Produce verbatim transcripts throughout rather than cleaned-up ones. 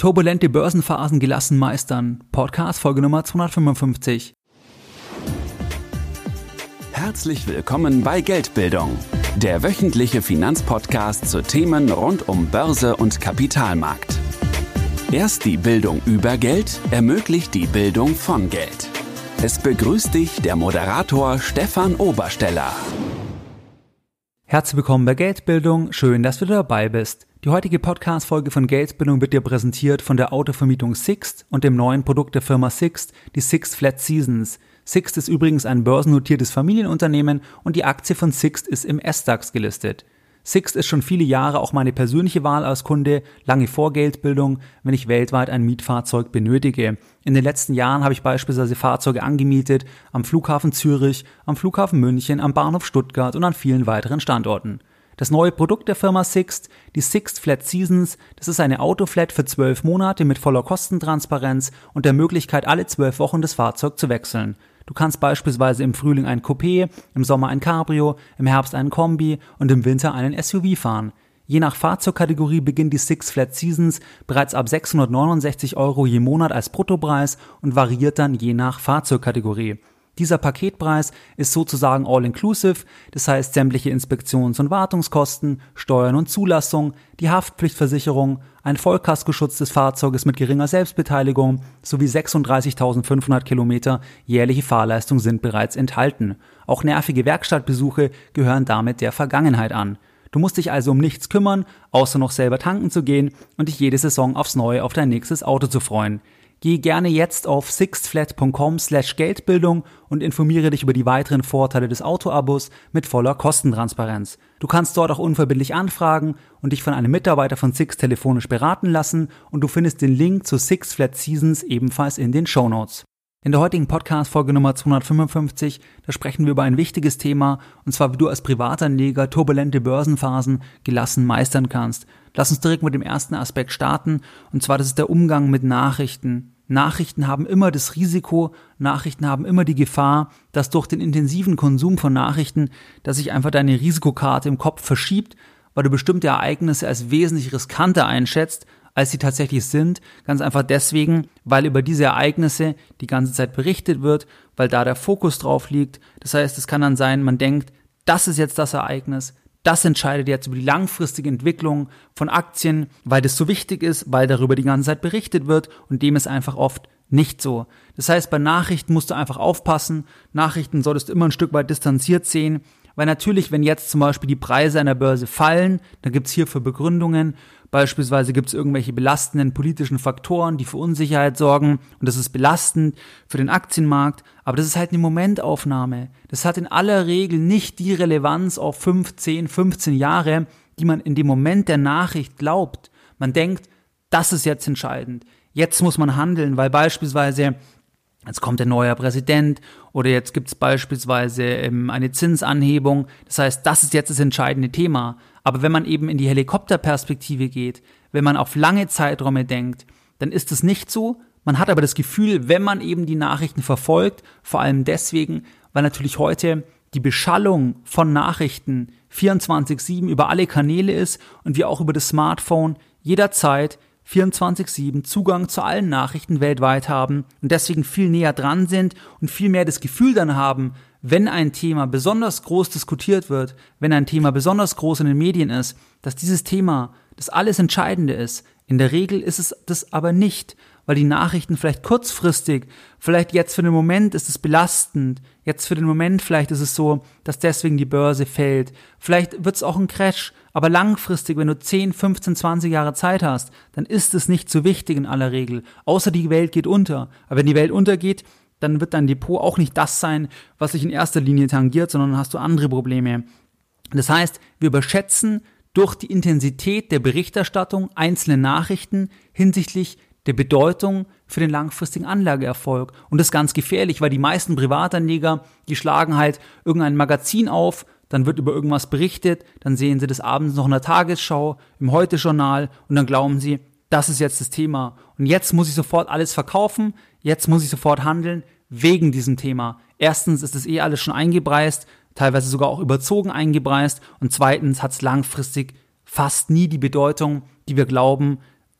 Turbulente Börsenphasen gelassen meistern. Podcast Folge Nummer zweihundertfünfundfünfzig. Herzlich willkommen bei Geldbildung, der wöchentliche Finanzpodcast zu Themen rund um Börse und Kapitalmarkt. Erst die Bildung über Geld ermöglicht die Bildung von Geld. Es begrüßt dich der Moderator Stefan Obersteller. Herzlich willkommen bei Geldbildung, schön, dass du dabei bist. Die heutige Podcast-Folge von Geldbildung wird dir präsentiert von der Autovermietung Sixt und dem neuen Produkt der Firma Sixt, die Sixt Flat Seasons. Sixt ist übrigens ein börsennotiertes Familienunternehmen und die Aktie von Sixt ist im S DAX gelistet. Sixt ist schon viele Jahre auch meine persönliche Wahl als Kunde, lange vor Geldbildung, wenn ich weltweit ein Mietfahrzeug benötige. In den letzten Jahren habe ich beispielsweise Fahrzeuge angemietet am Flughafen Zürich, am Flughafen München, am Bahnhof Stuttgart und an vielen weiteren Standorten. Das neue Produkt der Firma Sixt, die Sixt Flat Seasons, das ist eine Autoflat für zwölf Monate mit voller Kostentransparenz und der Möglichkeit, alle zwölf Wochen das Fahrzeug zu wechseln. Du kannst beispielsweise im Frühling ein Coupé, im Sommer ein Cabrio, im Herbst einen Kombi und im Winter einen S U V fahren. Je nach Fahrzeugkategorie beginnt die Sixt Flat Seasons bereits ab sechshundertneunundsechzig Euro je Monat als Bruttopreis und variiert dann je nach Fahrzeugkategorie. Dieser Paketpreis ist sozusagen all-inclusive, das heißt sämtliche Inspektions- und Wartungskosten, Steuern und Zulassung, die Haftpflichtversicherung, ein Vollkaskoschutz des Fahrzeuges mit geringer Selbstbeteiligung sowie sechsunddreißigtausendfünfhundert Kilometer jährliche Fahrleistung sind bereits enthalten. Auch nervige Werkstattbesuche gehören damit der Vergangenheit an. Du musst dich also um nichts kümmern, außer noch selber tanken zu gehen und dich jede Saison aufs Neue auf dein nächstes Auto zu freuen. Geh gerne jetzt auf sixtflat punkt com slash Geldbildung und informiere dich über die weiteren Vorteile des Autoabos mit voller Kostentransparenz. Du kannst dort auch unverbindlich anfragen und dich von einem Mitarbeiter von Sixt telefonisch beraten lassen und du findest den Link zu Sixt Flat Seasons ebenfalls in den Shownotes. In der heutigen Podcast-Folge Nummer zweihundertfünfundfünfzig, da sprechen wir über ein wichtiges Thema, und zwar wie du als Privatanleger turbulente Börsenphasen gelassen meistern kannst. Lass uns direkt mit dem ersten Aspekt starten, und zwar das ist der Umgang mit Nachrichten. Nachrichten haben immer das Risiko, Nachrichten haben immer die Gefahr, dass durch den intensiven Konsum von Nachrichten, dass sich einfach deine Risikokarte im Kopf verschiebt, weil du bestimmte Ereignisse als wesentlich riskanter einschätzt, als sie tatsächlich sind, ganz einfach deswegen, weil über diese Ereignisse die ganze Zeit berichtet wird, weil da der Fokus drauf liegt. Das heißt, es kann dann sein, man denkt, das ist jetzt das Ereignis, das entscheidet jetzt über die langfristige Entwicklung von Aktien, weil das so wichtig ist, weil darüber die ganze Zeit berichtet wird, und dem ist einfach oft nicht so. Das heißt, bei Nachrichten musst du einfach aufpassen, Nachrichten solltest du immer ein Stück weit distanziert sehen, weil natürlich, wenn jetzt zum Beispiel die Preise an der Börse fallen, dann gibt's hierfür Begründungen. Beispielsweise gibt's irgendwelche belastenden politischen Faktoren, die für Unsicherheit sorgen, und das ist belastend für den Aktienmarkt. Aber das ist halt eine Momentaufnahme. Das hat in aller Regel nicht die Relevanz auf fünf, zehn, fünfzehn Jahre, die man in dem Moment der Nachricht glaubt. Man denkt, das ist jetzt entscheidend. Jetzt muss man handeln, weil beispielsweise jetzt kommt ein neuer Präsident oder jetzt gibt es beispielsweise ähm, eine Zinsanhebung. Das heißt, das ist jetzt das entscheidende Thema. Aber wenn man eben in die Helikopterperspektive geht, wenn man auf lange Zeiträume denkt, dann ist es nicht so. Man hat aber das Gefühl, wenn man eben die Nachrichten verfolgt, vor allem deswegen, weil natürlich heute die Beschallung von Nachrichten vierundzwanzig sieben über alle Kanäle ist und wir auch über das Smartphone jederzeit vierundzwanzig sieben Zugang zu allen Nachrichten weltweit haben und deswegen viel näher dran sind und viel mehr das Gefühl dann haben, wenn ein Thema besonders groß diskutiert wird, wenn ein Thema besonders groß in den Medien ist, dass dieses Thema das alles Entscheidende ist. In der Regel ist es das aber nicht, weil die Nachrichten vielleicht kurzfristig, vielleicht jetzt für den Moment ist es belastend, jetzt für den Moment vielleicht ist es so, dass deswegen die Börse fällt, vielleicht wird es auch ein Crash, aber langfristig, wenn du zehn, fünfzehn, zwanzig Jahre Zeit hast, dann ist es nicht so wichtig in aller Regel, außer die Welt geht unter. Aber wenn die Welt untergeht, dann wird dein Depot auch nicht das sein, was sich in erster Linie tangiert, sondern dann hast du andere Probleme. Das heißt, wir überschätzen durch die Intensität der Berichterstattung einzelne Nachrichten hinsichtlich der Bedeutung für den langfristigen Anlageerfolg. Und das ist ganz gefährlich, weil die meisten Privatanleger, die schlagen halt irgendein Magazin auf, dann wird über irgendwas berichtet, dann sehen sie das abends noch in der Tagesschau, im Heute-Journal und dann glauben sie, das ist jetzt das Thema. Und jetzt muss ich sofort alles verkaufen, jetzt muss ich sofort handeln, wegen diesem Thema. Erstens ist das eh alles schon eingepreist, teilweise sogar auch überzogen eingepreist, und zweitens hat es langfristig fast nie die Bedeutung, die wir glauben,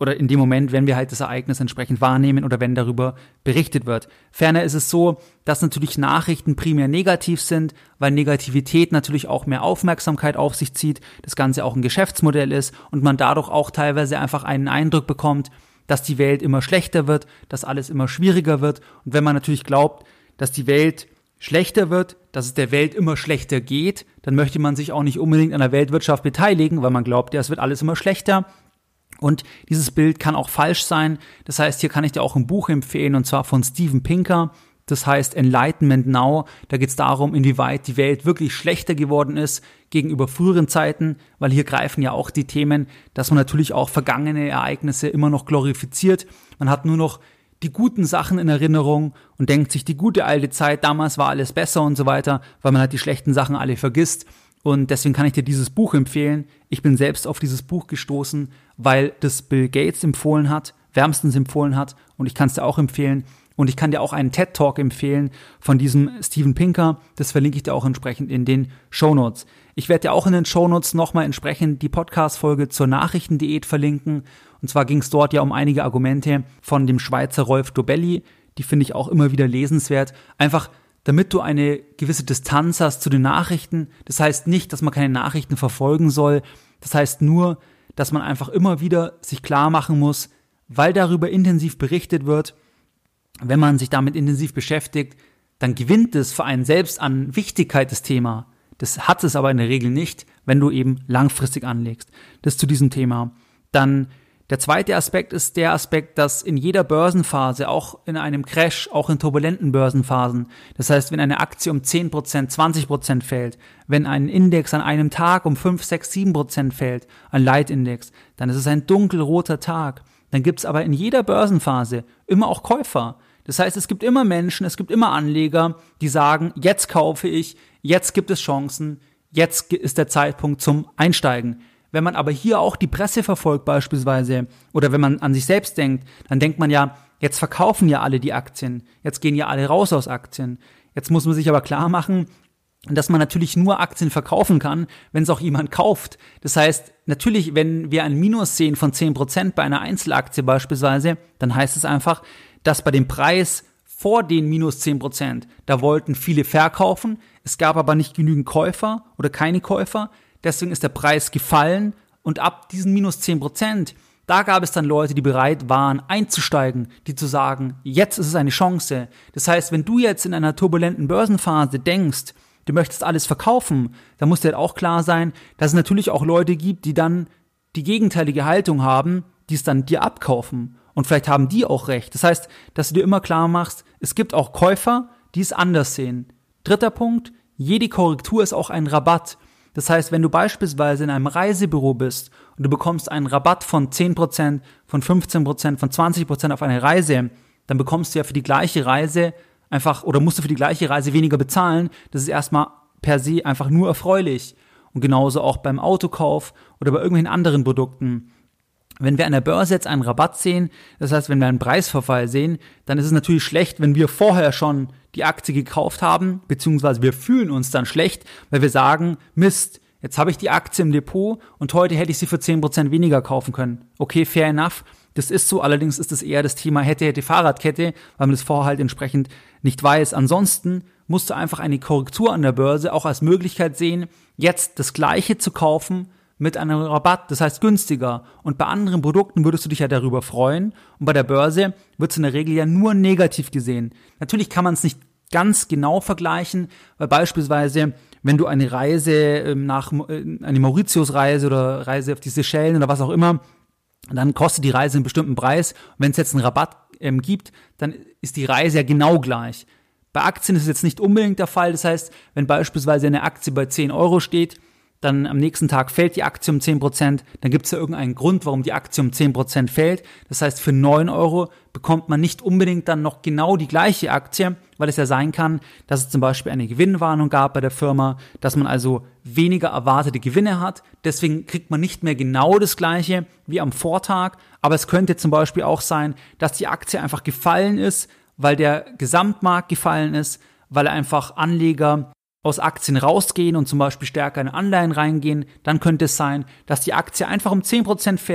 oder in dem Moment, wenn wir halt das Ereignis entsprechend wahrnehmen oder wenn darüber berichtet wird. Ferner ist es so, dass natürlich Nachrichten primär negativ sind, weil Negativität natürlich auch mehr Aufmerksamkeit auf sich zieht, das Ganze auch ein Geschäftsmodell ist und man dadurch auch teilweise einfach einen Eindruck bekommt, dass die Welt immer schlechter wird, dass alles immer schwieriger wird. Und wenn man natürlich glaubt, dass die Welt schlechter wird, dass es der Welt immer schlechter geht, dann möchte man sich auch nicht unbedingt an der Weltwirtschaft beteiligen, weil man glaubt, ja, es wird alles immer schlechter. Und dieses Bild kann auch falsch sein. Das heißt, hier kann ich dir auch ein Buch empfehlen, und zwar von Steven Pinker. Das heißt Enlightenment Now. Da geht es darum, inwieweit die Welt wirklich schlechter geworden ist gegenüber früheren Zeiten, weil hier greifen ja auch die Themen, dass man natürlich auch vergangene Ereignisse immer noch glorifiziert. Man hat nur noch die guten Sachen in Erinnerung und denkt sich, die gute alte Zeit, damals war alles besser und so weiter, weil man halt die schlechten Sachen alle vergisst. Und deswegen kann ich dir dieses Buch empfehlen. Ich bin selbst auf dieses Buch gestoßen, weil das Bill Gates empfohlen hat, wärmstens empfohlen hat, und ich kann es dir auch empfehlen. Und ich kann dir auch einen TED-Talk empfehlen von diesem Steven Pinker. Das verlinke ich dir auch entsprechend in den Shownotes. Ich werde dir auch in den Shownotes nochmal entsprechend die Podcast-Folge zur Nachrichtendiät verlinken. Und zwar ging es dort ja um einige Argumente von dem Schweizer Rolf Dobelli. Die finde ich auch immer wieder lesenswert. Einfach damit du eine gewisse Distanz hast zu den Nachrichten. Das heißt nicht, dass man keine Nachrichten verfolgen soll. Das heißt nur, dass man einfach immer wieder sich klar machen muss, weil darüber intensiv berichtet wird, wenn man sich damit intensiv beschäftigt, dann gewinnt es für einen selbst an Wichtigkeit das Thema. Das hat es aber in der Regel nicht, wenn du eben langfristig anlegst. Das zu diesem Thema. Dann der zweite Aspekt ist der Aspekt, dass in jeder Börsenphase, auch in einem Crash, auch in turbulenten Börsenphasen, das heißt, wenn eine Aktie um zehn Prozent, zwanzig Prozent fällt, wenn ein Index an einem Tag um fünf, sechs, sieben Prozent fällt, ein Leitindex, dann ist es ein dunkelroter Tag. Dann gibt es aber in jeder Börsenphase immer auch Käufer. Das heißt, es gibt immer Menschen, es gibt immer Anleger, die sagen, jetzt kaufe ich, jetzt gibt es Chancen, jetzt ist der Zeitpunkt zum Einsteigen. Wenn man aber hier auch die Presse verfolgt beispielsweise oder wenn man an sich selbst denkt, dann denkt man ja, jetzt verkaufen ja alle die Aktien, jetzt gehen ja alle raus aus Aktien. Jetzt muss man sich aber klar machen, dass man natürlich nur Aktien verkaufen kann, wenn es auch jemand kauft. Das heißt, natürlich, wenn wir ein Minus sehen von zehn Prozent bei einer Einzelaktie beispielsweise, dann heißt es einfach, dass bei dem Preis vor den minus zehn Prozent, da wollten viele verkaufen, es gab aber nicht genügend Käufer oder keine Käufer, deswegen ist der Preis gefallen und ab diesen minus zehn Prozent, da gab es dann Leute, die bereit waren einzusteigen, die zu sagen, jetzt ist es eine Chance. Das heißt, wenn du jetzt in einer turbulenten Börsenphase denkst, du möchtest alles verkaufen, dann muss dir halt auch klar sein, dass es natürlich auch Leute gibt, die dann die gegenteilige Haltung haben, die es dann dir abkaufen. Und vielleicht haben die auch recht. Das heißt, dass du dir immer klar machst, es gibt auch Käufer, die es anders sehen. Dritter Punkt, jede Korrektur ist auch ein Rabatt. Das heißt, wenn du beispielsweise in einem Reisebüro bist und du bekommst einen Rabatt von zehn Prozent, von fünfzehn Prozent, von zwanzig Prozent auf eine Reise, dann bekommst du ja für die gleiche Reise einfach, oder musst du für die gleiche Reise weniger bezahlen. Das ist erstmal per se einfach nur erfreulich. Und genauso auch beim Autokauf oder bei irgendwelchen anderen Produkten. Wenn wir an der Börse jetzt einen Rabatt sehen, das heißt, wenn wir einen Preisverfall sehen, dann ist es natürlich schlecht, wenn wir vorher schon die Aktie gekauft haben, beziehungsweise wir fühlen uns dann schlecht, weil wir sagen, Mist, jetzt habe ich die Aktie im Depot und heute hätte ich sie für zehn Prozent weniger kaufen können. Okay, fair enough, das ist so, allerdings ist es eher das Thema hätte, hätte Fahrradkette, weil man das vorher halt entsprechend nicht weiß. Ansonsten musst du einfach eine Korrektur an der Börse auch als Möglichkeit sehen, jetzt das Gleiche zu kaufen, mit einem Rabatt, das heißt günstiger. Und bei anderen Produkten würdest du dich ja darüber freuen. Und bei der Börse wird es in der Regel ja nur negativ gesehen. Natürlich kann man es nicht ganz genau vergleichen, weil beispielsweise, wenn du eine Reise nach, eine Mauritius-Reise oder Reise auf die Seychellen oder was auch immer, dann kostet die Reise einen bestimmten Preis. Und wenn es jetzt einen Rabatt ähm, gibt, dann ist die Reise ja genau gleich. Bei Aktien ist es jetzt nicht unbedingt der Fall. Das heißt, wenn beispielsweise eine Aktie bei zehn Euro steht, dann am nächsten Tag fällt die Aktie um zehn Prozent, dann gibt es ja irgendeinen Grund, warum die Aktie um zehn Prozent fällt. Das heißt, für neun Euro bekommt man nicht unbedingt dann noch genau die gleiche Aktie, weil es ja sein kann, dass es zum Beispiel eine Gewinnwarnung gab bei der Firma, dass man also weniger erwartete Gewinne hat. Deswegen kriegt man nicht mehr genau das Gleiche wie am Vortag. Aber es könnte zum Beispiel auch sein, dass die Aktie einfach gefallen ist, weil der Gesamtmarkt gefallen ist, weil einfach Anleger aus Aktien rausgehen und zum Beispiel stärker in Anleihen reingehen, dann könnte es sein, dass die Aktie einfach um zehn Prozent fällt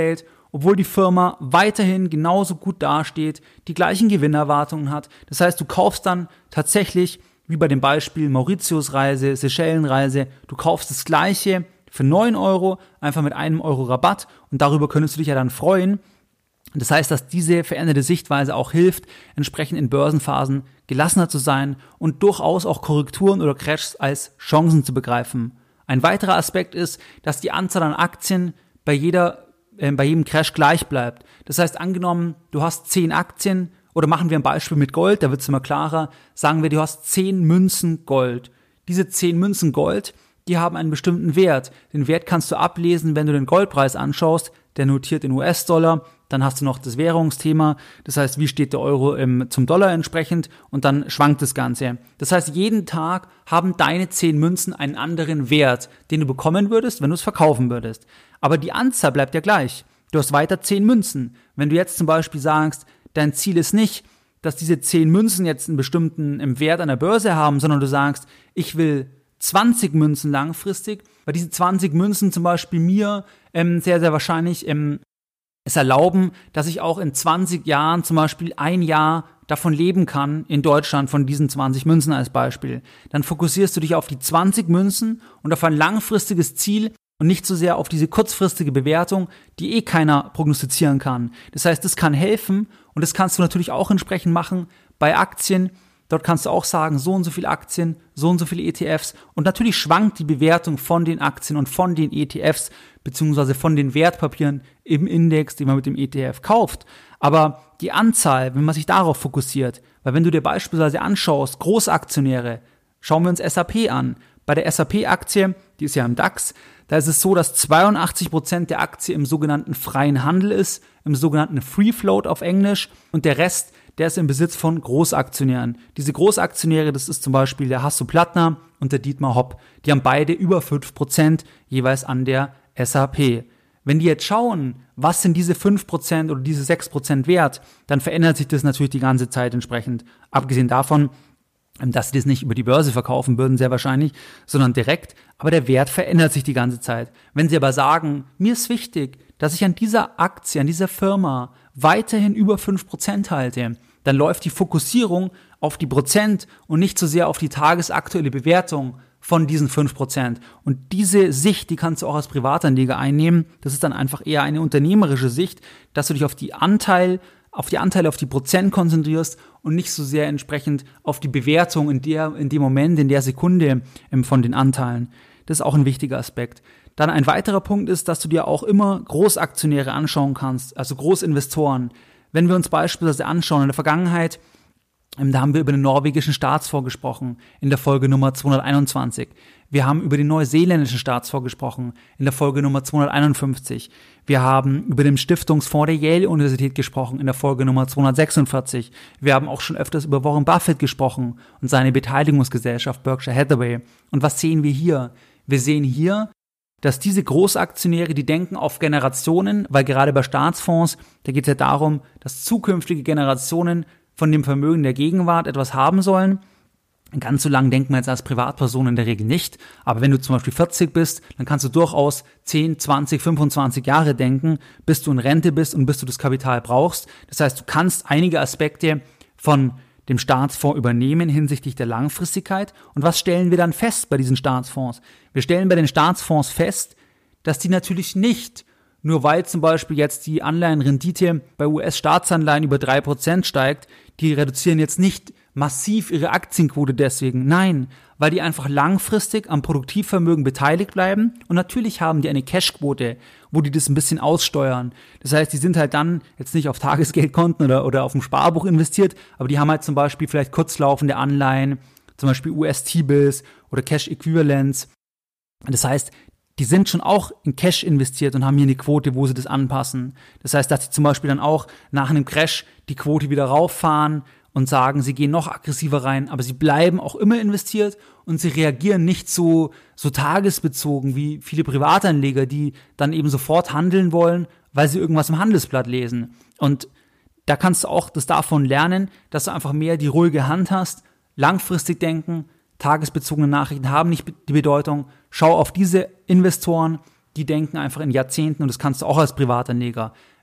obwohl die Firma weiterhin genauso gut dasteht, die gleichen Gewinnerwartungen hat. Das heißt, du kaufst dann tatsächlich, wie bei dem Beispiel Mauritius-Reise, Seychellen-Reise, du kaufst das Gleiche für neun Euro, einfach mit einem Euro Rabatt und darüber könntest du dich ja dann freuen. Das heißt, dass diese veränderte Sichtweise auch hilft, entsprechend in Börsenphasen gelassener zu sein und durchaus auch Korrekturen oder Crashs als Chancen zu begreifen. Ein weiterer Aspekt ist, dass die Anzahl an Aktien bei jeder, äh, bei jedem Crash gleich bleibt. Das heißt, angenommen, du hast zehn Aktien, oder machen wir ein Beispiel mit Gold, da wird es immer klarer, sagen wir, du hast zehn Münzen Gold. Diese zehn Münzen Gold, die haben einen bestimmten Wert. Den Wert kannst du ablesen, wenn du den Goldpreis anschaust, der notiert in U S-Dollar, dann hast du noch das Währungsthema, das heißt, wie steht der Euro im, zum Dollar entsprechend und dann schwankt das Ganze. Das heißt, jeden Tag haben deine zehn Münzen einen anderen Wert, den du bekommen würdest, wenn du es verkaufen würdest. Aber die Anzahl bleibt ja gleich. Du hast weiter zehn Münzen. Wenn du jetzt zum Beispiel sagst, dein Ziel ist nicht, dass diese zehn Münzen jetzt einen bestimmten im Wert an der Börse haben, sondern du sagst, ich will zwanzig Münzen langfristig, weil diese zwanzig Münzen zum Beispiel mir ähm, sehr, sehr wahrscheinlich ähm, es erlauben, dass ich auch in zwanzig Jahren zum Beispiel ein Jahr davon leben kann, in Deutschland von diesen zwanzig Münzen als Beispiel. Dann fokussierst du dich auf die zwanzig Münzen und auf ein langfristiges Ziel und nicht so sehr auf diese kurzfristige Bewertung, die eh keiner prognostizieren kann. Das heißt, das kann helfen und das kannst du natürlich auch entsprechend machen bei Aktien. Dort kannst du auch sagen, so und so viele Aktien, so und so viele E T Fs und natürlich schwankt die Bewertung von den Aktien und von den E T Fs beziehungsweise von den Wertpapieren im Index, den man mit dem E T F kauft. Aber die Anzahl, wenn man sich darauf fokussiert, weil wenn du dir beispielsweise anschaust, Großaktionäre, schauen wir uns S A P an. Bei der S A P-Aktie, die ist ja im DAX, da ist es so, dass zweiundachtzig Prozent der Aktie im sogenannten freien Handel ist, im sogenannten Free Float auf Englisch und der Rest, der ist im Besitz von Großaktionären. Diese Großaktionäre, das ist zum Beispiel der Hasso-Plattner und der Dietmar Hopp. Die haben beide über fünf Prozent jeweils an der S A P. Wenn die jetzt schauen, was sind diese fünf Prozent oder diese sechs Prozent wert, dann verändert sich das natürlich die ganze Zeit entsprechend. Abgesehen davon, dass sie das nicht über die Börse verkaufen würden, sehr wahrscheinlich, sondern direkt. Aber der Wert verändert sich die ganze Zeit. Wenn sie aber sagen, mir ist wichtig, dass ich an dieser Aktie, an dieser Firma weiterhin über fünf Prozent halte, dann läuft die Fokussierung auf die Prozent und nicht so sehr auf die tagesaktuelle Bewertung von diesen fünf Prozent. Und diese Sicht, die kannst du auch als Privatanleger einnehmen. Das ist dann einfach eher eine unternehmerische Sicht, dass du dich auf die Anteil auf die Anteile, auf die Prozent konzentrierst und nicht so sehr entsprechend auf die Bewertung in der, in dem Moment, in der Sekunde ähm, von den Anteilen. Das ist auch ein wichtiger Aspekt. Dann ein weiterer Punkt ist, dass du dir auch immer Großaktionäre anschauen kannst, also Großinvestoren. Wenn wir uns beispielsweise anschauen, in der Vergangenheit, ähm, da haben wir über den norwegischen Staatsfonds gesprochen, in der Folge Nummer zweihunderteinundzwanzig. Wir haben über den neuseeländischen Staatsfonds gesprochen, in der Folge Nummer zweihunderteinundfünfzig. Wir haben über den Stiftungsfonds der Yale-Universität gesprochen, in der Folge Nummer zweihundertsechsundvierzig. Wir haben auch schon öfters über Warren Buffett gesprochen und seine Beteiligungsgesellschaft Berkshire Hathaway. Und was sehen wir hier? Wir sehen hier, dass diese Großaktionäre, die denken auf Generationen, weil gerade bei Staatsfonds, da geht es ja darum, dass zukünftige Generationen von dem Vermögen der Gegenwart etwas haben sollen. Ganz so lang denkt man jetzt als Privatperson in der Regel nicht, aber wenn du zum Beispiel vierzig bist, dann kannst du durchaus zehn, zwanzig, fünfundzwanzig Jahre denken, bis du in Rente bist und bis du das Kapital brauchst. Das heißt, du kannst einige Aspekte von dem Staatsfonds übernehmen hinsichtlich der Langfristigkeit. Und was stellen wir dann fest bei diesen Staatsfonds? Wir stellen bei den Staatsfonds fest, dass die natürlich nicht, nur weil zum Beispiel jetzt die Anleihenrendite bei U S-Staatsanleihen über drei Prozent steigt, die reduzieren jetzt nicht massiv ihre Aktienquote deswegen. Nein, weil die einfach langfristig am Produktivvermögen beteiligt bleiben und natürlich haben die eine Cashquote, wo die das ein bisschen aussteuern. Das heißt, die sind halt dann jetzt nicht auf Tagesgeldkonten oder, oder auf dem Sparbuch investiert, aber die haben halt zum Beispiel vielleicht kurzlaufende Anleihen, zum Beispiel U S-T-Bills oder Cash-Equivalents. Das heißt, die sind schon auch in Cash investiert und haben hier eine Quote, wo sie das anpassen. Das heißt, dass sie zum Beispiel dann auch nach einem Crash die Quote wieder rauffahren und sagen, sie gehen noch aggressiver rein, aber sie bleiben auch immer investiert und sie reagieren nicht so, so tagesbezogen wie viele Privatanleger, die dann eben sofort handeln wollen, weil sie irgendwas im Handelsblatt lesen. Und da kannst du auch das davon lernen, dass du einfach mehr die ruhige Hand hast, langfristig denken, tagesbezogene Nachrichten haben nicht die Bedeutung. Schau auf diese Investoren, die denken einfach in Jahrzehnten und das kannst du auch als Privatanleger.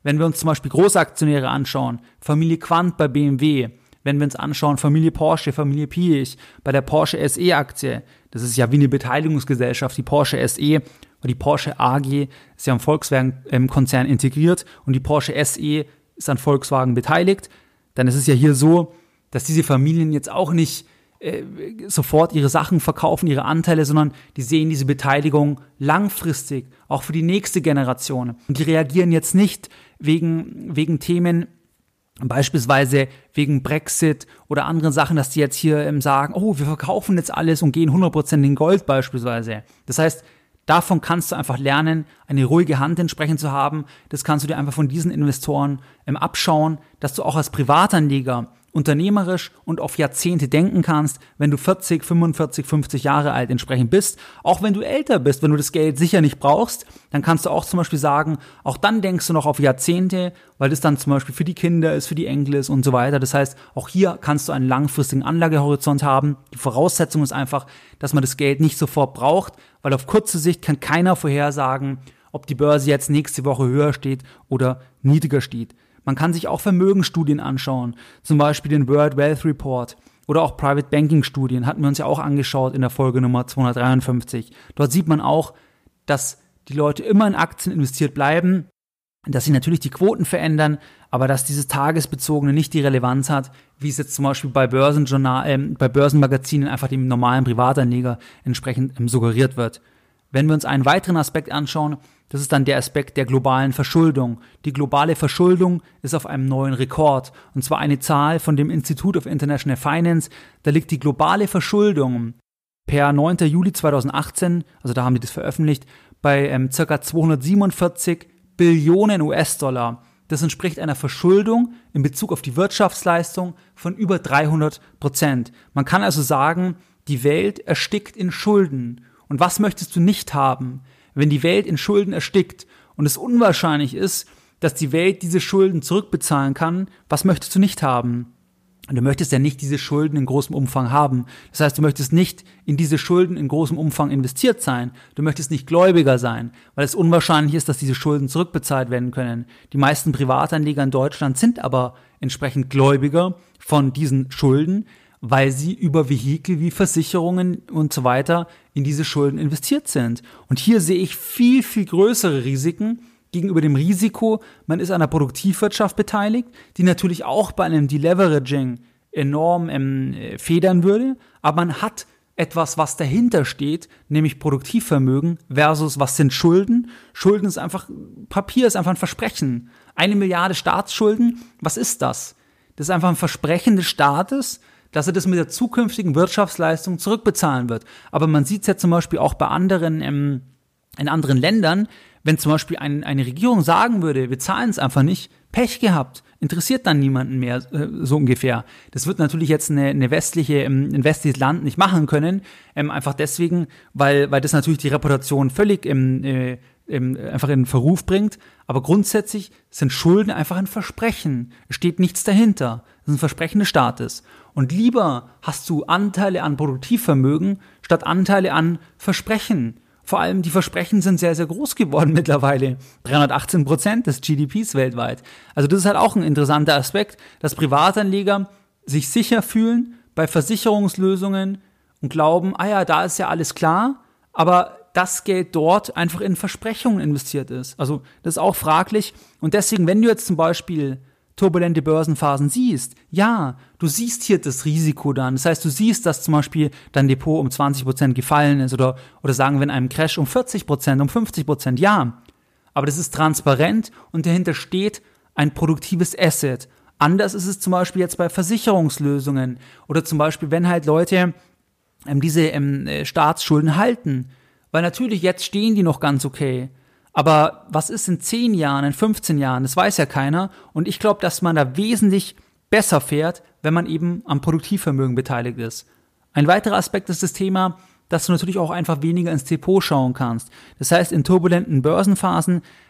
Wenn wir uns zum Beispiel Großaktionäre anschauen, Familie Quandt bei B M W, wenn wir uns anschauen, Familie Porsche, Familie Piech bei der Porsche S E-Aktie, das ist ja wie eine Beteiligungsgesellschaft, die Porsche S E, weil die Porsche A G ist ja im Volkswagen-Konzern integriert und die Porsche S E ist an Volkswagen beteiligt, dann ist es ja hier so, dass diese Familien jetzt auch nicht äh, sofort ihre Sachen verkaufen, ihre Anteile, sondern die sehen diese Beteiligung langfristig, auch für die nächste Generation. Und die reagieren jetzt nicht wegen, wegen Themen, beispielsweise wegen Brexit oder anderen Sachen, dass die jetzt hier ähm, sagen, oh, wir verkaufen jetzt alles und gehen hundert Prozent in Gold beispielsweise. Das heißt, davon kannst du einfach lernen, eine ruhige Hand entsprechend zu haben. Das kannst du dir einfach von diesen Investoren ähm, abschauen, dass du auch als Privatanleger unternehmerisch und auf Jahrzehnte denken kannst, wenn du vierzig, fünfundvierzig, fünfzig Jahre alt entsprechend bist. Auch wenn du älter bist, wenn du das Geld sicher nicht brauchst, dann kannst du auch zum Beispiel sagen, auch dann denkst du noch auf Jahrzehnte, weil das dann zum Beispiel für die Kinder ist, für die Enkel ist und so weiter. Das heißt, auch hier kannst du einen langfristigen Anlagehorizont haben. Die Voraussetzung ist einfach, dass man das Geld nicht sofort braucht, weil auf kurze Sicht kann keiner vorhersagen, ob die Börse jetzt nächste Woche höher steht oder niedriger steht. Man kann sich auch Vermögensstudien anschauen, zum Beispiel den World Wealth Report oder auch Private Banking Studien, hatten wir uns ja auch angeschaut in der Folge Nummer zweihundertdreiundfünfzig. Dort sieht man auch, dass die Leute immer in Aktien investiert bleiben, dass sich natürlich die Quoten verändern, aber dass dieses Tagesbezogene nicht die Relevanz hat, wie es jetzt zum Beispiel bei Börsenjournal, äh, bei Börsenmagazinen einfach dem normalen Privatanleger entsprechend ähm, suggeriert wird. Wenn wir uns einen weiteren Aspekt anschauen, das ist dann der Aspekt der globalen Verschuldung. Die globale Verschuldung ist auf einem neuen Rekord. Und zwar eine Zahl von dem Institute of International Finance. Da liegt die globale Verschuldung per neunten Juli zweitausendachtzehn, also da haben die das veröffentlicht, bei ähm, ca. zweihundertsiebenundvierzig Billionen U S-Dollar. Das entspricht einer Verschuldung in Bezug auf die Wirtschaftsleistung von über dreihundert Prozent. Man kann also sagen, die Welt erstickt in Schulden. Und was möchtest du nicht haben, wenn die Welt in Schulden erstickt und es unwahrscheinlich ist, dass die Welt diese Schulden zurückbezahlen kann? Was möchtest du nicht haben? Du möchtest ja nicht diese Schulden in großem Umfang haben. Das heißt, du möchtest nicht in diese Schulden in großem Umfang investiert sein. Du möchtest nicht Gläubiger sein, weil es unwahrscheinlich ist, dass diese Schulden zurückbezahlt werden können. Die meisten Privatanleger in Deutschland sind aber entsprechend Gläubiger von diesen Schulden, weil sie über Vehikel wie Versicherungen und so weiter in diese Schulden investiert sind. Und hier sehe ich viel, viel größere Risiken gegenüber dem Risiko, man ist an der Produktivwirtschaft beteiligt, die natürlich auch bei einem Deleveraging enorm ähm, federn würde, aber man hat etwas, was dahinter steht, nämlich Produktivvermögen versus was sind Schulden. Schulden ist einfach, Papier ist einfach ein Versprechen. Eine Milliarde Staatsschulden, was ist das? Das ist einfach ein Versprechen des Staates, dass er das mit der zukünftigen Wirtschaftsleistung zurückbezahlen wird. Aber man sieht es ja zum Beispiel auch bei anderen, ähm, in anderen Ländern, wenn zum Beispiel ein, eine Regierung sagen würde, wir zahlen es einfach nicht, Pech gehabt, interessiert dann niemanden mehr, äh, so ungefähr. Das wird natürlich jetzt eine, eine westliche, ähm, ein westliches Land nicht machen können, ähm, einfach deswegen, weil, weil das natürlich die Reputation völlig im, äh, im, einfach in Verruf bringt. Aber grundsätzlich sind Schulden einfach ein Versprechen. Es steht nichts dahinter. Das ist ein Versprechen des Staates. Und lieber hast du Anteile an Produktivvermögen statt Anteile an Versprechen. Vor allem die Versprechen sind sehr, sehr groß geworden mittlerweile. dreihundertachtzehn Prozent des G D Ps weltweit. Also das ist halt auch ein interessanter Aspekt, dass Privatanleger sich sicher fühlen bei Versicherungslösungen und glauben, ah ja, da ist ja alles klar, aber das Geld dort einfach in Versprechungen investiert ist. Also das ist auch fraglich. Und deswegen, wenn du jetzt zum Beispiel turbulente Börsenphasen siehst, ja, du siehst hier das Risiko dann. Das heißt, du siehst, dass zum Beispiel dein Depot um zwanzig Prozent gefallen ist oder, oder sagen wir in einem Crash um vierzig Prozent, um fünfzig Prozent, ja. Aber das ist transparent und dahinter steht ein produktives Asset. Anders ist es zum Beispiel jetzt bei Versicherungslösungen oder zum Beispiel, wenn halt Leute ähm, diese ähm, Staatsschulden halten. Weil natürlich jetzt stehen die noch ganz okay. Aber was ist in zehn Jahren, in fünfzehn Jahren? Das weiß ja keiner. Und ich glaube, dass man da wesentlich besser fährt, wenn man eben am Produktivvermögen beteiligt ist. Ein weiterer Aspekt ist das Thema, dass du natürlich auch einfach weniger ins Depot schauen kannst. Das heißt, in turbulenten Börsenphasen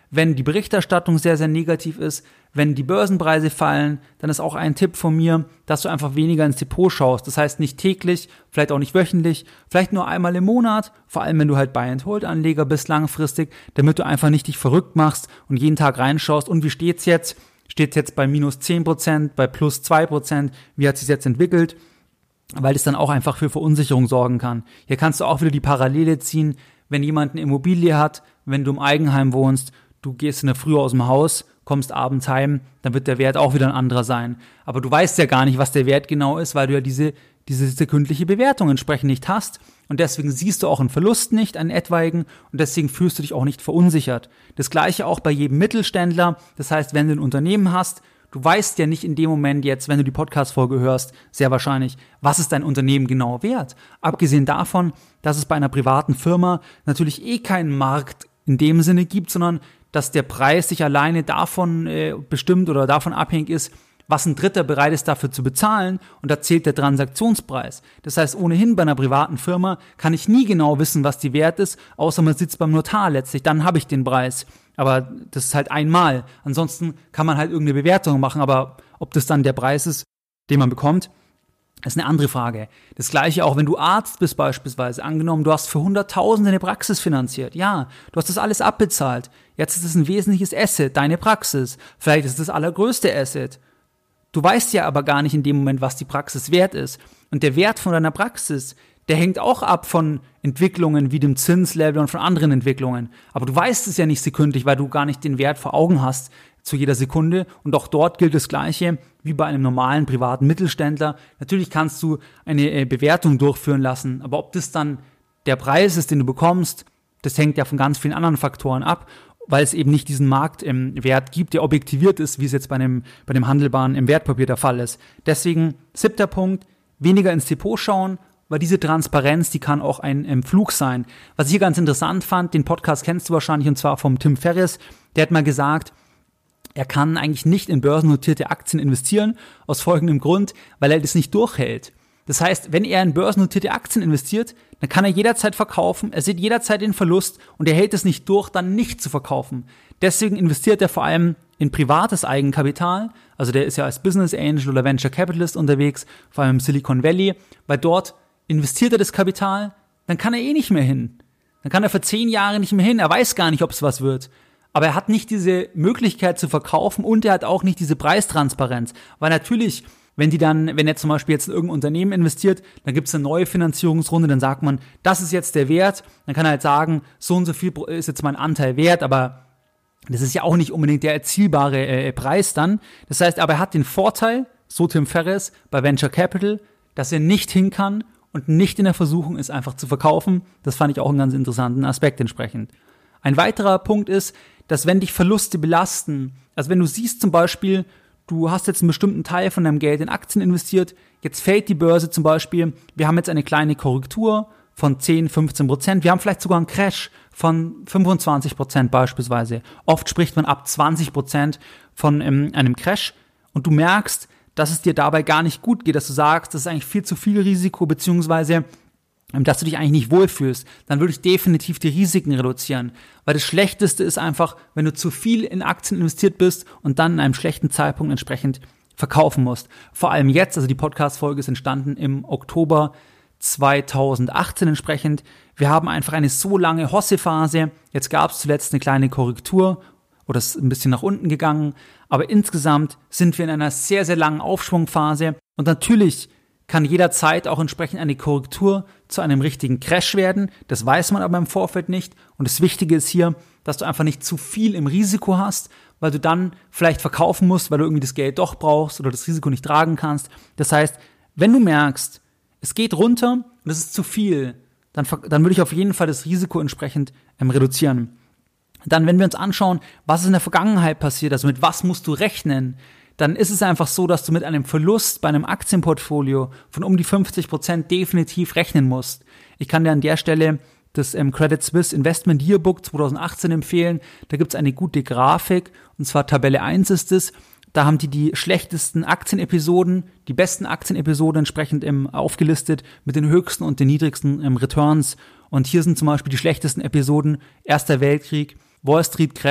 wenn die Berichterstattung sehr, sehr negativ ist, wenn die Börsenpreise fallen, dann ist auch ein Tipp von mir, dass du einfach weniger ins Depot schaust. Das heißt nicht täglich, vielleicht auch nicht wöchentlich, vielleicht nur einmal im Monat, vor allem wenn du halt Buy-and-Hold-Anleger bist langfristig, damit du einfach nicht dich verrückt machst und jeden Tag reinschaust. Und wie steht's jetzt? Steht's jetzt bei minus zehn Prozent, bei plus zwei Prozent? Wie hat sich's jetzt entwickelt? Weil das dann auch einfach für Verunsicherung sorgen kann. Hier kannst du auch wieder die Parallele ziehen, wenn jemand eine Immobilie hat, wenn du im Eigenheim wohnst, du gehst in der Früh aus dem Haus, kommst abends heim, dann wird der Wert auch wieder ein anderer sein. Aber du weißt ja gar nicht, was der Wert genau ist, weil du ja diese, diese sekündliche Bewertung entsprechend nicht hast. Und deswegen siehst du auch einen Verlust nicht, einen etwaigen, und deswegen fühlst du dich auch nicht verunsichert. Das Gleiche auch bei jedem Mittelständler. Das heißt, wenn du ein Unternehmen hast, du weißt ja nicht in dem Moment jetzt, wenn du die Podcast-Folge hörst, sehr wahrscheinlich, was ist dein Unternehmen genau wert. Abgesehen davon, dass es bei einer privaten Firma natürlich eh keinen Markt in dem Sinne gibt, sondern dass der Preis sich alleine davon äh, bestimmt oder davon abhängig ist, was ein Dritter bereit ist dafür zu bezahlen, und da zählt der Transaktionspreis. Das heißt, ohnehin bei einer privaten Firma kann ich nie genau wissen, was die wert ist, außer man sitzt beim Notar letztlich, dann habe ich den Preis. Aber das ist halt einmal. Ansonsten kann man halt irgendeine Bewertung machen, aber ob das dann der Preis ist, den man bekommt, ist eine andere Frage. Das Gleiche auch, wenn du Arzt bist beispielsweise. Angenommen, du hast für Hunderttausende eine Praxis finanziert. Ja, du hast das alles abbezahlt. Jetzt ist es ein wesentliches Asset, deine Praxis. Vielleicht ist es das allergrößte Asset. Du weißt ja aber gar nicht in dem Moment, was die Praxis wert ist. Und der Wert von deiner Praxis, der hängt auch ab von Entwicklungen wie dem Zinslevel und von anderen Entwicklungen. Aber du weißt es ja nicht sekündlich, weil du gar nicht den Wert vor Augen hast zu jeder Sekunde. Und auch dort gilt das Gleiche wie bei einem normalen privaten Mittelständler. Natürlich kannst du eine Bewertung durchführen lassen, aber ob das dann der Preis ist, den du bekommst, das hängt ja von ganz vielen anderen Faktoren ab, weil es eben nicht diesen Marktwert gibt, der objektiviert ist, wie es jetzt bei einem, bei dem handelbaren im Wertpapier der Fall ist. Deswegen, siebter Punkt, weniger ins Depot schauen, weil diese Transparenz, die kann auch ein ähm, Flug sein. Was ich hier ganz interessant fand, den Podcast kennst du wahrscheinlich, und zwar vom Tim Ferriss, der hat mal gesagt, er kann eigentlich nicht in börsennotierte Aktien investieren, aus folgendem Grund, weil er das nicht durchhält. Das heißt, wenn er in börsennotierte Aktien investiert, dann kann er jederzeit verkaufen, er sieht jederzeit den Verlust und er hält es nicht durch, dann nicht zu verkaufen. Deswegen investiert er vor allem in privates Eigenkapital, also der ist ja als Business Angel oder Venture Capitalist unterwegs, vor allem im Silicon Valley, weil dort investiert er das Kapital, dann kann er eh nicht mehr hin. Dann kann er für zehn Jahre nicht mehr hin, er weiß gar nicht, ob es was wird. Aber er hat nicht diese Möglichkeit zu verkaufen und er hat auch nicht diese Preistransparenz. Weil natürlich, wenn die dann, wenn er zum Beispiel jetzt in irgendein Unternehmen investiert, dann gibt es eine neue Finanzierungsrunde, dann sagt man, das ist jetzt der Wert, dann kann er halt sagen, so und so viel ist jetzt mein Anteil wert, aber das ist ja auch nicht unbedingt der erzielbare äh, Preis dann. Das heißt, aber er hat den Vorteil, so Tim Ferriss bei Venture Capital, dass er nicht hin kann und nicht in der Versuchung ist, einfach zu verkaufen. Das fand ich auch einen ganz interessanten Aspekt entsprechend. Ein weiterer Punkt ist, dass wenn dich Verluste belasten, also wenn du siehst zum Beispiel, du hast jetzt einen bestimmten Teil von deinem Geld in Aktien investiert, jetzt fällt die Börse zum Beispiel, wir haben jetzt eine kleine Korrektur von zehn, fünfzehn Prozent, wir haben vielleicht sogar einen Crash von fünfundzwanzig Prozent beispielsweise. Oft spricht man ab zwanzig Prozent von ähm, einem Crash und du merkst, dass es dir dabei gar nicht gut geht, dass du sagst, das ist eigentlich viel zu viel Risiko, beziehungsweise dass du dich eigentlich nicht wohlfühlst, dann würde ich definitiv die Risiken reduzieren. Weil das Schlechteste ist einfach, wenn du zu viel in Aktien investiert bist und dann in einem schlechten Zeitpunkt entsprechend verkaufen musst. Vor allem jetzt, also die Podcast-Folge ist entstanden im Oktober zweitausendachtzehn entsprechend. Wir haben einfach eine so lange Hosse-Phase. Jetzt gab es zuletzt eine kleine Korrektur oder ist ein bisschen nach unten gegangen. Aber insgesamt sind wir in einer sehr, sehr langen Aufschwungphase. Und natürlich kann jederzeit auch entsprechend eine Korrektur zu einem richtigen Crash werden. Das weiß man aber im Vorfeld nicht. Und das Wichtige ist hier, dass du einfach nicht zu viel im Risiko hast, weil du dann vielleicht verkaufen musst, weil du irgendwie das Geld doch brauchst oder das Risiko nicht tragen kannst. Das heißt, wenn du merkst, es geht runter und es ist zu viel, dann, dann würde ich auf jeden Fall das Risiko entsprechend ähm, reduzieren. Dann, wenn wir uns anschauen, was ist in der Vergangenheit passiert, also mit was musst du rechnen, dann ist es einfach so, dass du mit einem Verlust bei einem Aktienportfolio von um die fünfzig Prozent definitiv rechnen musst. Ich kann dir an der Stelle das ähm, Credit Suisse Investment Yearbook zweitausendachtzehn empfehlen. Da gibt's eine gute Grafik, und zwar Tabelle eins ist es. Da haben die die schlechtesten Aktienepisoden, die besten Aktienepisoden entsprechend ähm, aufgelistet mit den höchsten und den niedrigsten ähm, Returns. Und hier sind zum Beispiel die schlechtesten Episoden: Erster Weltkrieg, Wall Street Crash,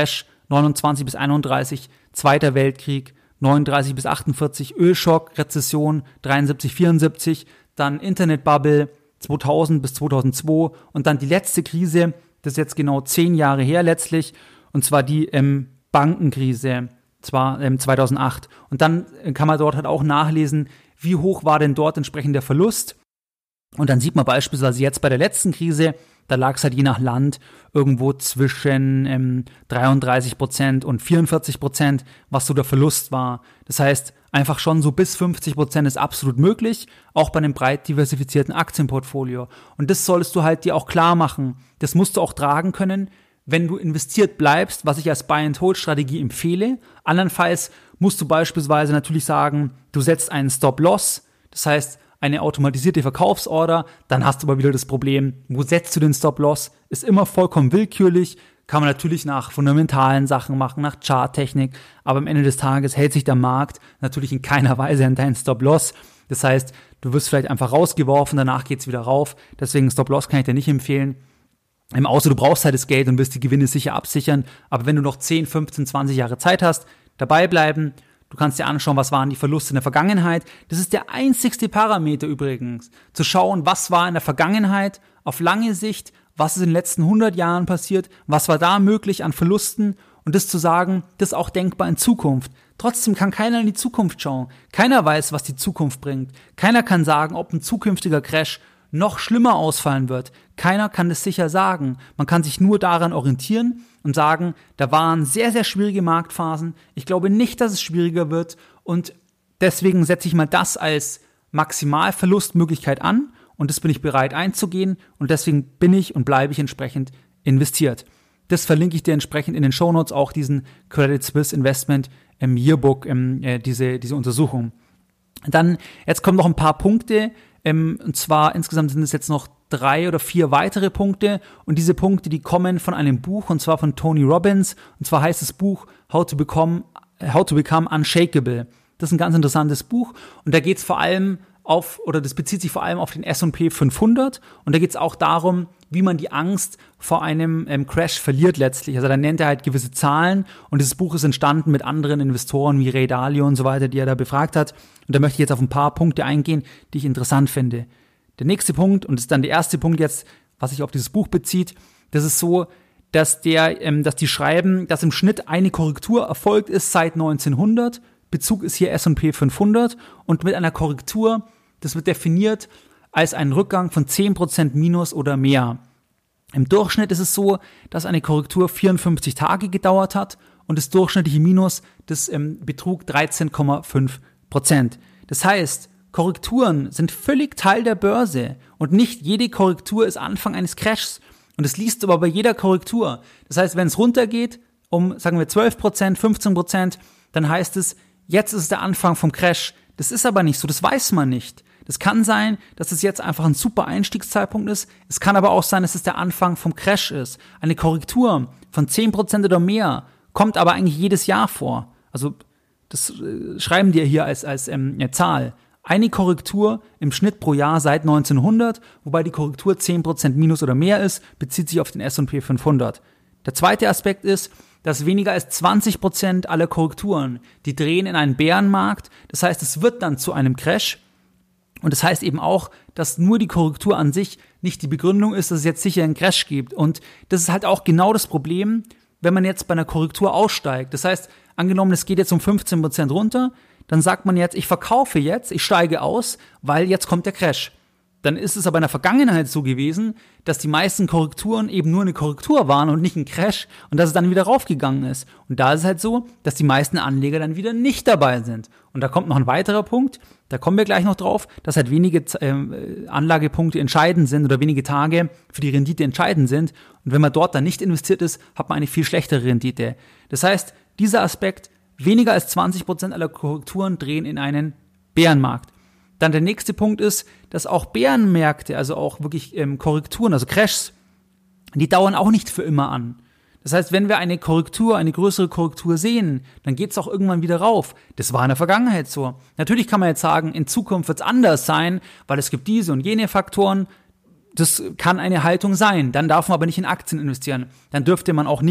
neunundzwanzig bis einunddreißig, Zweiter Weltkrieg, neununddreißig bis achtundvierzig, Ölschock, Rezession, dreiundsiebzig, vierundsiebzig, dann Internetbubble, zweitausend bis zweitausendzwei und dann die letzte Krise, das ist jetzt genau zehn Jahre her letztlich, und zwar die ähm, Bankenkrise, zwar ähm, zweitausendacht. Und dann kann man dort halt auch nachlesen, wie hoch war denn dort entsprechend der Verlust. Und dann sieht man beispielsweise jetzt bei der letzten Krise, da lag es halt je nach Land irgendwo zwischen ähm, dreiunddreißig Prozent und vierundvierzig Prozent, was so der Verlust war. Das heißt, einfach schon so bis fünfzig Prozent ist absolut möglich, auch bei einem breit diversifizierten Aktienportfolio. Und das solltest du halt dir auch klar machen. Das musst du auch tragen können, wenn du investiert bleibst, was ich als Buy-and-Hold-Strategie empfehle. Andernfalls musst du beispielsweise natürlich sagen, du setzt einen Stop-Loss, das heißt eine automatisierte Verkaufsorder, dann hast du aber wieder das Problem, wo setzt du den Stop-Loss? Ist immer vollkommen willkürlich, kann man natürlich nach fundamentalen Sachen machen, nach Charttechnik, aber am Ende des Tages hält sich der Markt natürlich in keiner Weise an deinen Stop-Loss. Das heißt, du wirst vielleicht einfach rausgeworfen, danach geht's wieder rauf, deswegen Stop-Loss kann ich dir nicht empfehlen. Ähm, außer du brauchst halt das Geld und wirst die Gewinne sicher absichern, aber wenn du noch zehn, fünfzehn, zwanzig Jahre Zeit hast, dabei bleiben. Du kannst dir anschauen, was waren die Verluste in der Vergangenheit. Das ist der einzigste Parameter übrigens, zu schauen, was war in der Vergangenheit auf lange Sicht, was ist in den letzten hundert Jahren passiert, was war da möglich an Verlusten und das zu sagen, das ist auch denkbar in Zukunft. Trotzdem kann keiner in die Zukunft schauen. Keiner weiß, was die Zukunft bringt. Keiner kann sagen, ob ein zukünftiger Crash noch schlimmer ausfallen wird. Keiner kann das sicher sagen. Man kann sich nur daran orientieren und sagen, da waren sehr, sehr schwierige Marktphasen. Ich glaube nicht, dass es schwieriger wird und deswegen setze ich mal das als Maximalverlustmöglichkeit an und das bin ich bereit einzugehen und deswegen bin ich und bleibe ich entsprechend investiert. Das verlinke ich dir entsprechend in den Shownotes, auch diesen Credit Suisse Investment im Yearbook, im, äh, diese, diese Untersuchung. Dann, jetzt kommen noch ein paar Punkte, ähm, und zwar insgesamt sind es jetzt noch drei oder vier weitere Punkte und diese Punkte, die kommen von einem Buch und zwar von Tony Robbins und zwar heißt das Buch How to Become, How to Become Unshakable. Das ist ein ganz interessantes Buch und da geht es vor allem auf, oder das bezieht sich vor allem auf den S und P fünfhundert und da geht es auch darum, wie man die Angst vor einem ähm, Crash verliert letztlich. Also da nennt er halt gewisse Zahlen und dieses Buch ist entstanden mit anderen Investoren wie Ray Dalio und so weiter, die er da befragt hat. Und da möchte ich jetzt auf ein paar Punkte eingehen, die ich interessant finde. Der nächste Punkt, und das ist dann der erste Punkt jetzt, was sich auf dieses Buch bezieht, das ist so, dass der, ähm, dass die schreiben, dass im Schnitt eine Korrektur erfolgt ist seit neunzehnhundert. Bezug ist hier S und P fünfhundert und mit einer Korrektur, das wird definiert als einen Rückgang von zehn Prozent minus oder mehr. Im Durchschnitt ist es so, dass eine Korrektur vierundfünfzig Tage gedauert hat und das durchschnittliche Minus, das ähm, betrug dreizehn Komma fünf Prozent. Das heißt, Korrekturen sind völlig Teil der Börse und nicht jede Korrektur ist Anfang eines Crashs. Und das liest du aber bei jeder Korrektur. Das heißt, wenn es runtergeht um, sagen wir, zwölf Prozent, fünfzehn Prozent, dann heißt es, jetzt ist der Anfang vom Crash. Das ist aber nicht so, das weiß man nicht. Das kann sein, dass es jetzt einfach ein super Einstiegszeitpunkt ist. Es kann aber auch sein, dass es der Anfang vom Crash ist. Eine Korrektur von zehn Prozent oder mehr kommt aber eigentlich jedes Jahr vor. Also das äh, schreiben die hier als, als ähm, eine Zahl. Eine Korrektur im Schnitt pro Jahr seit neunzehnhundert, wobei die Korrektur zehn Prozent minus oder mehr ist, bezieht sich auf den S und P fünfhundert. Der zweite Aspekt ist, dass weniger als zwanzig Prozent aller Korrekturen, die drehen in einen Bärenmarkt. Das heißt, es wird dann zu einem Crash. Und das heißt eben auch, dass nur die Korrektur an sich nicht die Begründung ist, dass es jetzt sicher einen Crash gibt. Und das ist halt auch genau das Problem, wenn man jetzt bei einer Korrektur aussteigt. Das heißt, angenommen, es geht jetzt um fünfzehn Prozent runter, dann sagt man jetzt, ich verkaufe jetzt, ich steige aus, weil jetzt kommt der Crash. Dann ist es aber in der Vergangenheit so gewesen, dass die meisten Korrekturen eben nur eine Korrektur waren und nicht ein Crash und dass es dann wieder raufgegangen ist. Und da ist es halt so, dass die meisten Anleger dann wieder nicht dabei sind. Und da kommt noch ein weiterer Punkt, da kommen wir gleich noch drauf, dass halt wenige äh, Anlagepunkte entscheidend sind oder wenige Tage für die Rendite entscheidend sind. Und wenn man dort dann nicht investiert ist, hat man eine viel schlechtere Rendite. Das heißt, dieser Aspekt, weniger als zwanzig Prozent aller Korrekturen drehen in einen Bärenmarkt. Dann der nächste Punkt ist, dass auch Bärenmärkte, also auch wirklich ähm, Korrekturen, also Crashs, die dauern auch nicht für immer an. Das heißt, wenn wir eine Korrektur, eine größere Korrektur sehen, dann geht es auch irgendwann wieder rauf. Das war in der Vergangenheit so. Natürlich kann man jetzt sagen, in Zukunft wird es anders sein, weil es gibt diese und jene Faktoren. Das kann eine Haltung sein. Dann darf man aber nicht in Aktien investieren. Dann dürfte man auch nicht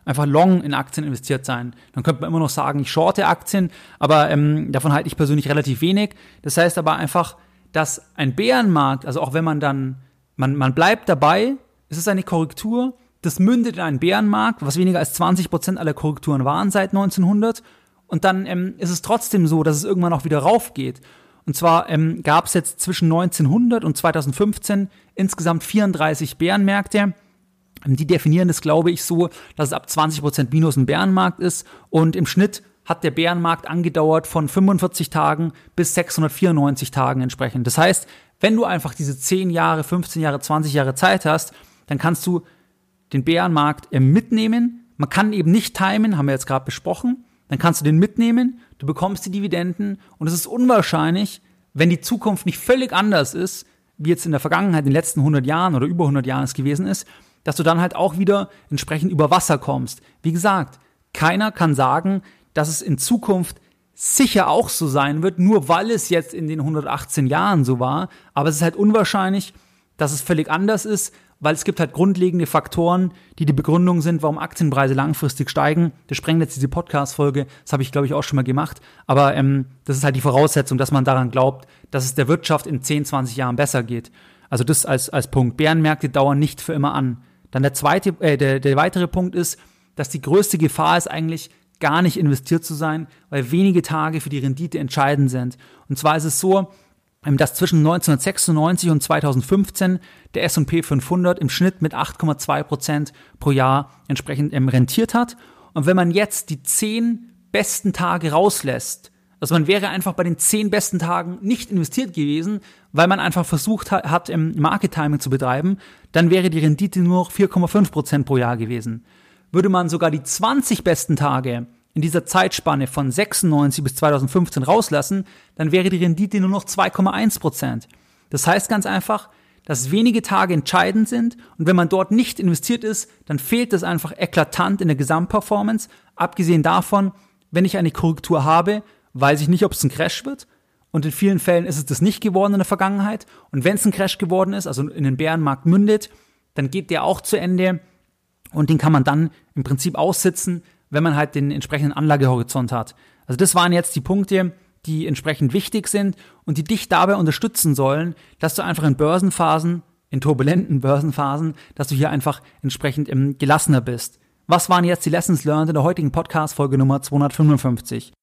einfach long in Aktien investiert sein. Dann könnte man immer noch sagen, ich shorte Aktien, aber ähm, davon halte ich persönlich relativ wenig. Das heißt aber einfach, dass ein Bärenmarkt, also auch wenn man dann, man, man bleibt dabei, es ist eine Korrektur, das mündet in einen Bärenmarkt, was weniger als zwanzig Prozent aller Korrekturen waren seit neunzehnhundert. Und dann ähm, ist es trotzdem so, dass es irgendwann auch wieder raufgeht. Und zwar ähm, gab es jetzt zwischen neunzehnhundert und zweitausendfünfzehn insgesamt vierunddreißig Bärenmärkte. Die definieren das, glaube ich, so, dass es ab zwanzig Prozent minus ein Bärenmarkt ist. Und im Schnitt hat der Bärenmarkt angedauert von fünfundvierzig Tagen bis sechshundertvierundneunzig Tagen entsprechend. Das heißt, wenn du einfach diese zehn Jahre, fünfzehn Jahre, zwanzig Jahre Zeit hast, dann kannst du den Bärenmarkt mitnehmen. Man kann eben nicht timen, haben wir jetzt gerade besprochen. Dann kannst du den mitnehmen, du bekommst die Dividenden und es ist unwahrscheinlich, wenn die Zukunft nicht völlig anders ist, wie jetzt in der Vergangenheit, in den letzten hundert Jahren oder über hundert Jahren es gewesen ist, dass du dann halt auch wieder entsprechend über Wasser kommst. Wie gesagt, keiner kann sagen, dass es in Zukunft sicher auch so sein wird, nur weil es jetzt in den hundertachtzehn Jahren so war, aber es ist halt unwahrscheinlich, dass es völlig anders ist, weil es gibt halt grundlegende Faktoren, die die Begründung sind, warum Aktienpreise langfristig steigen. Das sprengt jetzt diese Podcast-Folge, das habe ich, glaube ich, auch schon mal gemacht. Aber ähm, das ist halt die Voraussetzung, dass man daran glaubt, dass es der Wirtschaft in zehn, zwanzig Jahren besser geht. Also das als als Punkt. Bärenmärkte dauern nicht für immer an. Dann der zweite, äh, der, der weitere Punkt ist, dass die größte Gefahr ist eigentlich, gar nicht investiert zu sein, weil wenige Tage für die Rendite entscheidend sind. Und zwar ist es so, dass zwischen neunzehnhundertsechsundneunzig und zweitausendfünfzehn der S und P fünfhundert im Schnitt mit acht Komma zwei Prozent pro Jahr entsprechend ähm, rentiert hat. Und wenn man jetzt die zehn besten Tage rauslässt, also man wäre einfach bei den zehn besten Tagen nicht investiert gewesen, weil man einfach versucht hat, hat ähm, Market Timing zu betreiben, dann wäre die Rendite nur noch vier Komma fünf Prozent pro Jahr gewesen. Würde man sogar die zwanzig besten Tage in dieser Zeitspanne von sechsundneunzig bis zweitausendfünfzehn rauslassen, dann wäre die Rendite nur noch zwei Komma eins Prozent. Das heißt ganz einfach, dass wenige Tage entscheidend sind und wenn man dort nicht investiert ist, dann fehlt das einfach eklatant in der Gesamtperformance. Abgesehen davon, wenn ich eine Korrektur habe, weiß ich nicht, ob es ein Crash wird und in vielen Fällen ist es das nicht geworden in der Vergangenheit und wenn es ein Crash geworden ist, also in den Bärenmarkt mündet, dann geht der auch zu Ende und den kann man dann im Prinzip aussitzen, wenn man halt den entsprechenden Anlagehorizont hat. Also das waren jetzt die Punkte, die entsprechend wichtig sind und die dich dabei unterstützen sollen, dass du einfach in Börsenphasen, in turbulenten Börsenphasen, dass du hier einfach entsprechend ähm, gelassener bist. Was waren jetzt die Lessons learned in der heutigen Podcast-Folge Nummer zweihundertfünfundfünfzig?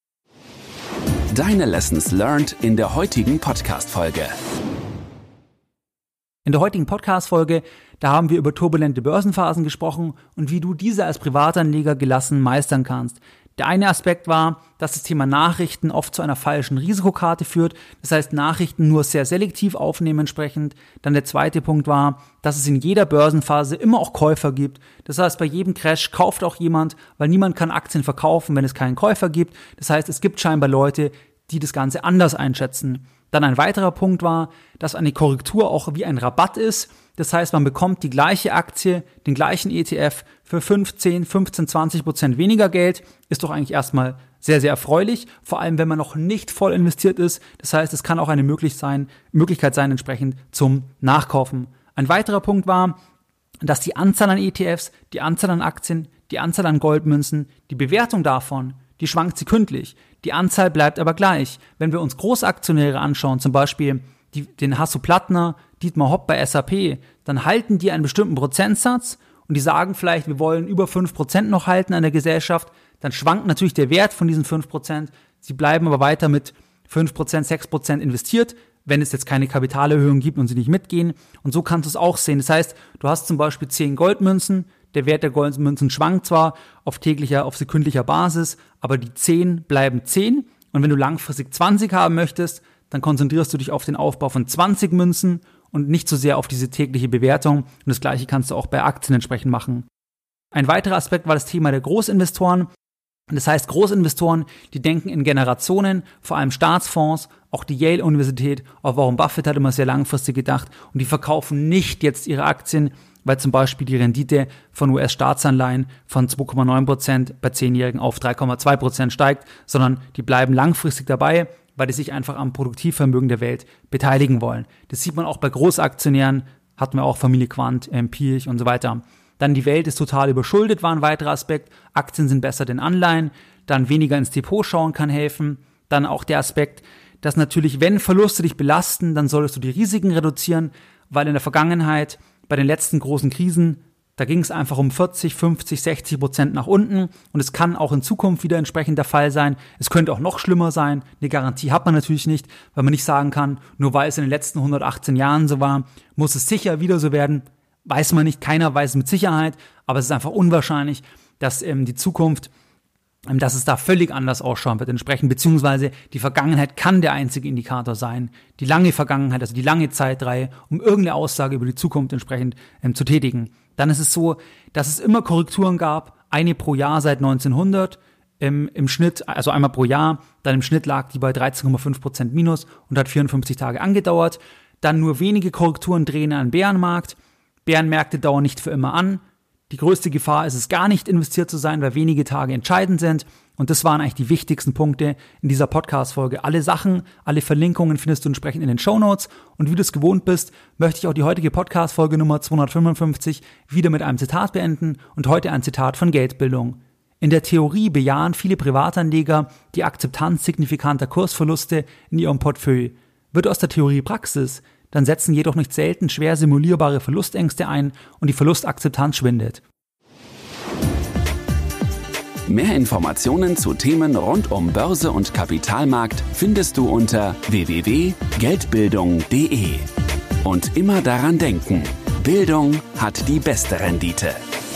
Deine Lessons learned in der heutigen Podcast-Folge. In der heutigen Podcast-Folge, da haben wir über turbulente Börsenphasen gesprochen und wie du diese als Privatanleger gelassen meistern kannst. Der eine Aspekt war, dass das Thema Nachrichten oft zu einer falschen Risikokarte führt. Das heißt, Nachrichten nur sehr selektiv aufnehmen entsprechend. Dann der zweite Punkt war, dass es in jeder Börsenphase immer auch Käufer gibt. Das heißt, bei jedem Crash kauft auch jemand, weil niemand kann Aktien verkaufen, wenn es keinen Käufer gibt. Das heißt, es gibt scheinbar Leute, die das Ganze anders einschätzen. Dann ein weiterer Punkt war, dass eine Korrektur auch wie ein Rabatt ist. Das heißt, man bekommt die gleiche Aktie, den gleichen E T F für fünfzehn, fünfzehn, zwanzig Prozent weniger Geld. Ist doch eigentlich erstmal sehr, sehr erfreulich. Vor allem, wenn man noch nicht voll investiert ist. Das heißt, es kann auch eine Möglichkeit sein, Möglichkeit sein entsprechend zum Nachkaufen. Ein weiterer Punkt war, dass die Anzahl an E T Fs, die Anzahl an Aktien, die Anzahl an Goldmünzen, die Bewertung davon, die schwankt sekündlich. Die Anzahl bleibt aber gleich. Wenn wir uns Großaktionäre anschauen, zum Beispiel die, den Hasso-Plattner, Dietmar Hopp bei S A P, dann halten die einen bestimmten Prozentsatz und die sagen vielleicht, wir wollen über fünf Prozent noch halten an der Gesellschaft. Dann schwankt natürlich der Wert von diesen fünf Prozent. Sie bleiben aber weiter mit fünf Prozent, sechs Prozent investiert, wenn es jetzt keine Kapitalerhöhung gibt und sie nicht mitgehen. Und so kannst du es auch sehen. Das heißt, du hast zum Beispiel zehn Goldmünzen, der Wert der Goldmünzen schwankt zwar auf täglicher, auf sekündlicher Basis, aber die zehn bleiben zehn. Und wenn du langfristig zwanzig haben möchtest, dann konzentrierst du dich auf den Aufbau von zwanzig Münzen und nicht so sehr auf diese tägliche Bewertung. Und das Gleiche kannst du auch bei Aktien entsprechend machen. Ein weiterer Aspekt war das Thema der Großinvestoren. Das heißt, Großinvestoren, die denken in Generationen, vor allem Staatsfonds, auch die Yale-Universität, auch Warren Buffett hat immer sehr langfristig gedacht und die verkaufen nicht jetzt ihre Aktien, weil zum Beispiel die Rendite von U S-Staatsanleihen von zwei Komma neun Prozent bei Zehnjährigen auf drei Komma zwei Prozent steigt, sondern die bleiben langfristig dabei, weil die sich einfach am Produktivvermögen der Welt beteiligen wollen. Das sieht man auch bei Großaktionären, hatten wir auch Familie Quandt, Pirch und so weiter. Dann die Welt ist total überschuldet, war ein weiterer Aspekt. Aktien sind besser denn Anleihen. Dann weniger ins Depot schauen kann helfen. Dann auch der Aspekt, dass natürlich, wenn Verluste dich belasten, dann solltest du die Risiken reduzieren, weil in der Vergangenheit bei den letzten großen Krisen, da ging es einfach um vierzig, fünfzig, sechzig Prozent nach unten und es kann auch in Zukunft wieder entsprechend der Fall sein. Es könnte auch noch schlimmer sein. Eine Garantie hat man natürlich nicht, weil man nicht sagen kann, nur weil es in den letzten hundertachtzehn Jahren so war, muss es sicher wieder so werden. Weiß man nicht, keiner weiß es mit Sicherheit, aber es ist einfach unwahrscheinlich, dass ähm, die Zukunft, ähm, dass es da völlig anders ausschauen wird entsprechend, beziehungsweise die Vergangenheit kann der einzige Indikator sein, die lange Vergangenheit, also die lange Zeitreihe, um irgendeine Aussage über die Zukunft entsprechend ähm, zu tätigen. Dann ist es so, dass es immer Korrekturen gab, eine pro Jahr seit neunzehnhundert, im, im Schnitt, also einmal pro Jahr, dann im Schnitt lag die bei dreizehn Komma fünf Prozent minus und hat vierundfünfzig Tage angedauert. Dann nur wenige Korrekturen drehen einen Bärenmarkt. Bärenmärkte dauern nicht für immer an. Die größte Gefahr ist es, gar nicht investiert zu sein, weil wenige Tage entscheidend sind. Und das waren eigentlich die wichtigsten Punkte in dieser Podcast-Folge. Alle Sachen, alle Verlinkungen findest du entsprechend in den Shownotes. Und wie du es gewohnt bist, möchte ich auch die heutige Podcast-Folge Nummer zweihundertfünfundfünfzig wieder mit einem Zitat beenden. Und heute ein Zitat von Geldbildung. In der Theorie bejahen viele Privatanleger die Akzeptanz signifikanter Kursverluste in ihrem Portfolio. Wird aus der Theorie Praxis, dann setzen jedoch nicht selten schwer simulierbare Verlustängste ein und die Verlustakzeptanz schwindet. Mehr Informationen zu Themen rund um Börse und Kapitalmarkt findest du unter w w w punkt geldbildung punkt de. Und immer daran denken, Bildung hat die beste Rendite.